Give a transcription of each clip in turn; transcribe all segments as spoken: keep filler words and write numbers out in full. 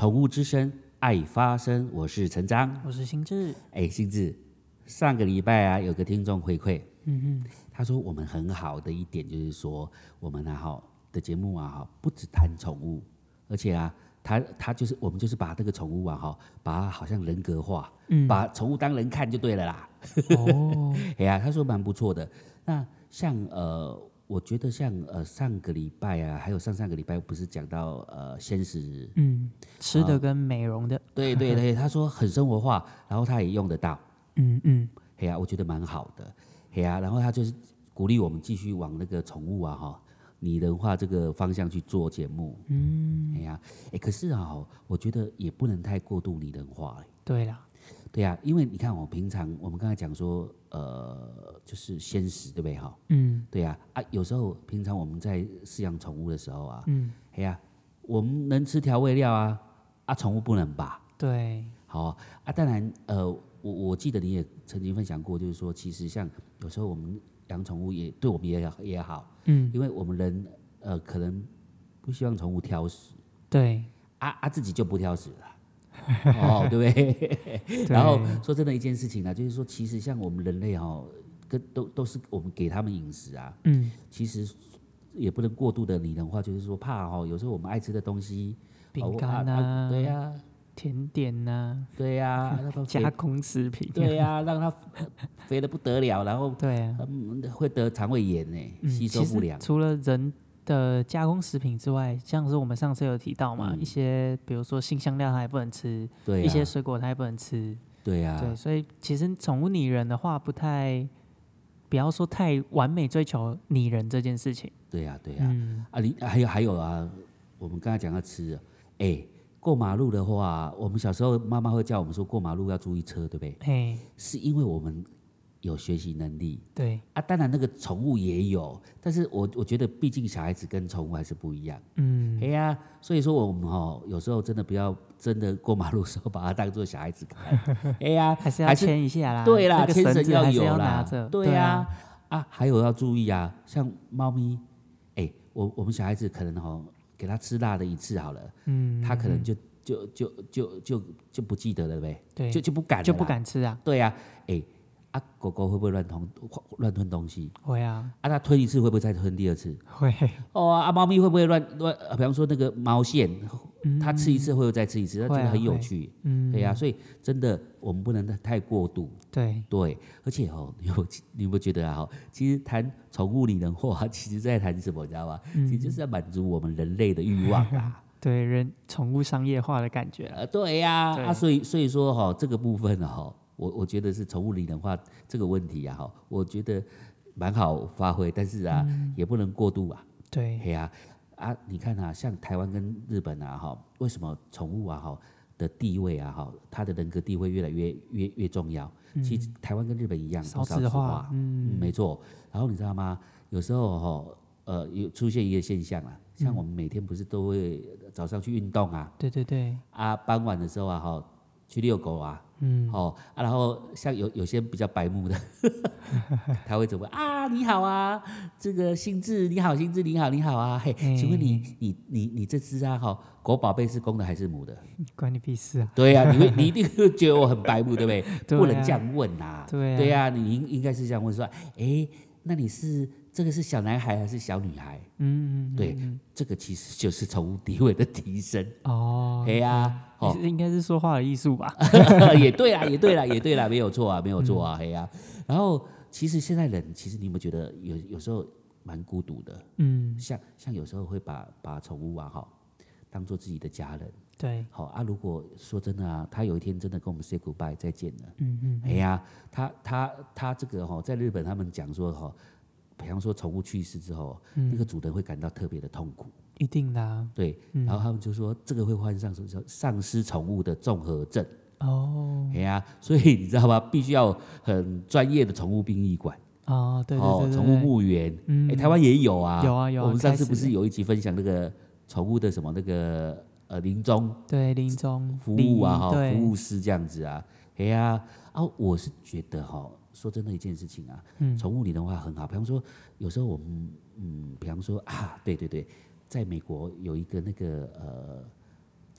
宠物之声爱发声，我是陈章， 我是新志。 哎，新志，上个礼拜啊，有个听众回馈， 嗯他说我们很好的一点就是说，我们啊哈的节目啊哈，不只谈宠物，而且啊，他他就是我们就是把这个宠物啊哈，把它好像人格化， 嗯把宠物当人看就对了啦。 哦， 哎呀、他说蛮不错的。那像呃，我觉得像呃上个礼拜啊，还有上上个礼拜不是讲到呃鲜食， 嗯，吃的跟美容的， 对对对，他说很生活化，然后他也用得到， 嗯嗯嘿呀、我觉得蛮好的，嘿呀、然后他就是鼓励我们继续往那个宠物啊哈，拟人化这个方向去做节目， 嗯， 哎呀、哎，可是啊，我觉得也不能太过度拟人化、哎对啦， 对呀、因为你看我平常我们刚才讲说，呃，就是鲜食，对不对哈？ 嗯对呀、啊，有时候平常我们在饲养宠物的时候啊， 嗯， 哎呀、我们能吃调味料啊，啊，宠物不能吧？ 对， 好啊，当然，呃，我我记得你也曾经分享过，就是说，其实像有时候我们养宠物也对我们也也好， 嗯因为我们人呃可能不希望宠物挑食， 对啊啊自己就不挑食了，哦，对不对？ 对， 然后说真的一件事情呢、就是说，其实像我们人类哈、哦，跟都都是我们给他们饮食啊， 嗯， 其实也不能过度的拟人化，就是说怕哈、哦，有时候我们爱吃的东西， 饼干啊啊， 对呀、 甜点呐， 对呀、让它肥加工食品， 对呀、让它肥的不得了，然后对啊， 嗯会得肠胃炎呢， 嗯， 吸收其实不良。 除了人的加工食品之外，像是我们上次有提到嘛， 嗯一些比如说新香料它也不能吃， 对一些呀、 水果它也不能吃， 对呀、 对，所以其实宠物拟人的话，不太，不要说太完美追求拟人这件事情。 对呀、对呀、 嗯， 啊，你还有还有啊，我们刚才讲到吃，哎，过马路的话，我们小时候妈妈会叫我们说过马路要注意车，对不对？ 嘿， 是因为我们有学习能力对， 啊，当然那个宠物也有，但是我我觉得毕竟小孩子跟宠物还是不一样。 嗯， 哎呀，所以说我们哦，有时候真的不要真的过马路的时候把它当做小孩子看。哎呀， 还是要牵一下啦。 对啦， 这个牵绳绳子还是有要拿啦着。， 对呀，啊，还有要注意啊，像猫咪，哎，我我们小孩子可能哦，给他吃辣的一次好了， 嗯， 他可能就就就就就就不记得了，对不对？ 对， 就就不敢了就不啦。 敢吃啊。 对呀，哎，啊，狗狗会不会乱吞乱吞东西？ 会啊， 啊，它吞一次会不会再吞第二次？ 会， 哦啊，猫咪会不会乱乱？呃比方说那个毛线，它吃一次会不会再吃一次？它觉会啊得很有会趣。 嗯， 对呀、所以真的我们不能太过度。 对， 对，而且哦，你有你有没有觉得啊？哈，其实谈宠物拟人化，其实在谈什么，你知道吗？ 嗯其实就是在满足我们人类的欲望啊。 对，人宠物商业化的感觉啊。 呃，对呀、 对啊，所以所以说哈、这个部分呢哈、我我觉得是宠物拟人化这个问题啊哈、我觉得蛮好发挥，但是啊，也不能过度啊。 对， 嘿呀、啊，你看啊，像台湾跟日本啊哈、为什么宠物啊哈的地位啊哈，它的人格地位越来越越越重要？其实台湾跟日本一样， 少都少子化子化，嗯， 嗯没错。然后你知道吗？有时候哈、呃，有出现一个现象啊，像我们每天不是都会早上去运动啊， 对对对， 啊，傍晚的时候啊，哈，去遛狗啊， 嗯， 哦，啊，然后像有有些比较白目的，他会怎么啊？你好啊，这个心智你好，心智你好，你好啊，嘿，请问你你你你这只啊，哈，狗宝贝是公的还是母的？ 关你屁事啊！ 对呀、你会你一定会觉得我很白目，对不对？ 对啊不能这样问呐、 对啊对呀、你应应该是这样问说，哎，那你是这个是小男孩还是小女孩？ 嗯，嗯对，这个其实就是宠物地位的提升。 哦， 哎呀、哦， 应该是说话的艺术吧？ 也对啦，也对啦，也对啦，没有错啊，没有错啊，嘿呀、然后其实现在人，其实你有没有觉得有有时候蛮孤独的？ 嗯， 像像有时候会把把宠物啊哈当做自己的家人。 对， 好啊，如果说真的啊，他有一天真的跟我们 say goodbye 再见了， 嗯嗯， 哎呀，他他他这个哈、在日本他们讲说哈、比方说宠物去世之后，那个主人会感到特别的痛苦。 一定的啊。 对，然后他们就说这个会患上什么叫丧失宠物的综合症。 哦， 哎呀、所以你知道吗？必须要有很专业的宠物殡仪馆， 哦，对对哦对，对宠物墓园， 嗯哎，台湾也有啊， 有啊有啊我们上次开始不是有一集分享那个宠物的什么那个呃临终对临终服务啊，哈， 对服务师这样子啊，哎呀，啊，我是觉得哈，说真的一件事情啊， 嗯宠物理的话很好，比方说有时候我们嗯，比方说啊，对对对，在美国有一个那个呃。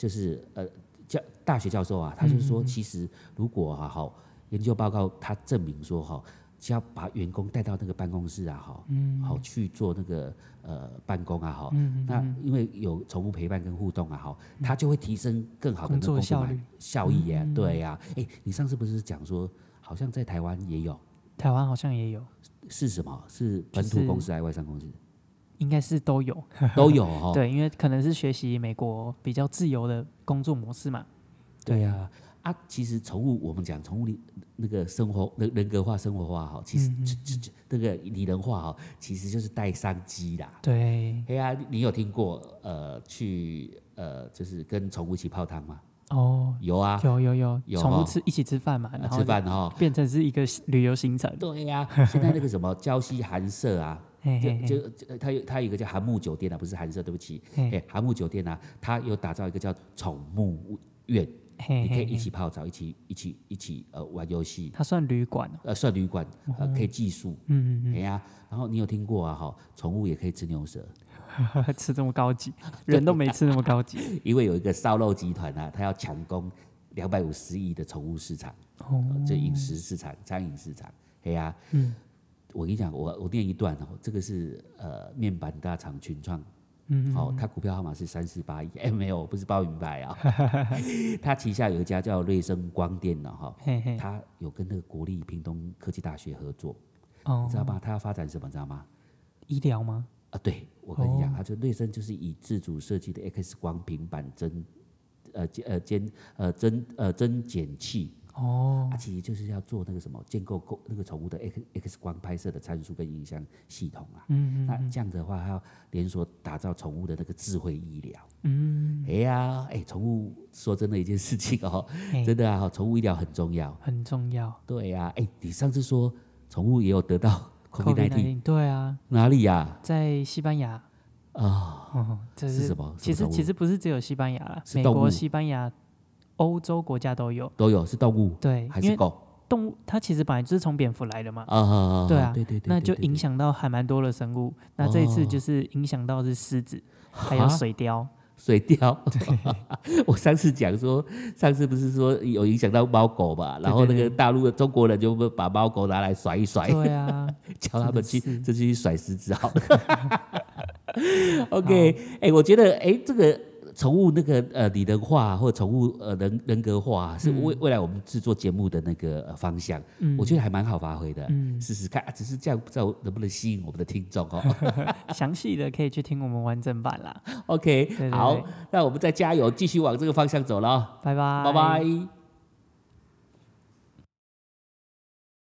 就是呃教大学教授啊，他就是说，其实如果哈、啊、好研究报告，他证明说哈，只要把员工带到那个办公室啊，哈，嗯，好去做那个呃办公啊，哈，嗯，那因为有宠物陪伴跟互动啊，哈，他就会提升更好的工作工作效率效益呀、啊，对呀、啊，哎，你上次不是讲说，好像在台湾也有， 台湾好像也有， 是什么？是本土公司还是外商公司？ 应该是都有， 都有哈、哦。 对，因为可能是学习美国比较自由的工作模式嘛。 对呀、啊，啊，其实宠物我们讲宠物里那个生活人人格化、生活化哈，其实这这这那个拟人化哈，其实就是带商机啦。 对。 哎呀，你有听过呃去呃就是跟宠物一起泡汤吗？ 哦， 有啊， 有有有， 有宠物哦吃一起吃饭嘛，然后吃饭哈， 变成是一个旅游行程。 对呀、现在那个什么礁溪寒舍啊， 嘿嘿嘿就就就它有它有一个叫寒木酒店啊，不是寒舍，对不起， 嘿哎，寒木酒店啊，它有打造一个叫宠物院， 嘿你可以嘿嘿一起泡澡，一起一起一起呃玩游戏， 它算旅馆哦。 呃算旅馆，呃可以寄宿， 嗯嗯哎呀，然后你有听过啊哈，宠物也可以吃牛舌， 嗯，吃这么高级，人都没吃那么高级。 因为有一个烧肉集团啊，它要抢攻两百五十亿的宠物市场， 哦， 呃这饮食市场、餐饮市场，哎呀， 嗯， 我跟你讲，我我念一段哦，这个是呃面板大厂群创。 嗯， 好、哦，它股票号码是三四八一，哎，没有，不是包明白啊。它旗下有一家叫瑞声光电的哈， 嘿嘿， 它有跟那个国立屏东科技大学合作， 哦你知道吗？它要发展什么，知道吗？ 医疗吗？ 啊，对，我跟你讲， 哦它就瑞声就是以自主设计的 X 光平板增呃呃监呃增呃增减器。 哦， 它、啊、其实就是要做那个什么建构构那个宠物的 X X 光拍摄的参数跟影像系统啊。 嗯嗯那这样的话，它要连锁打造宠物的那个智慧医疗。 嗯， 哎呀，哎，宠物说真的一件事情哦， 嘿真的啊，宠物医疗很重要。 很重要。 对呀、哎，你上次说宠物也有得到 COVID 十九， 对啊， 哪里呀、 在西班牙。 啊？ 哦，这是什么？ 其实什么宠物其实不是只有西班牙啦，美是动物国、西班牙、欧洲国家都有。 都有，是动物对，因为还是狗？ 动物它其实本来就是从蝙蝠来的嘛。 啊啊对啊， 对对对， 那就对对影响到还蛮多的生物。那这一次就是影响到是狮子，还有哈水貂。 水貂。我上次讲说，上次不是说有影响到猫狗嘛？然后那个大陆的中国人就把猫狗拿来甩一甩， 对啊， 叫他们去真的是就去甩狮子好了。OK，哎、欸，我觉得哎、欸，这个宠物那个呃拟人化或宠物呃人人格化是未、嗯、未来我们制作节目的那个、呃、方向，嗯、我觉得还蛮好发挥的，嗯、试试看、啊。只是这样不知道能不能吸引我们的听众哦。 详细的可以去听我们完整版啦。 OK， 对对对， 好，那我们再加油，继续往这个方向走了。 拜拜， 拜拜。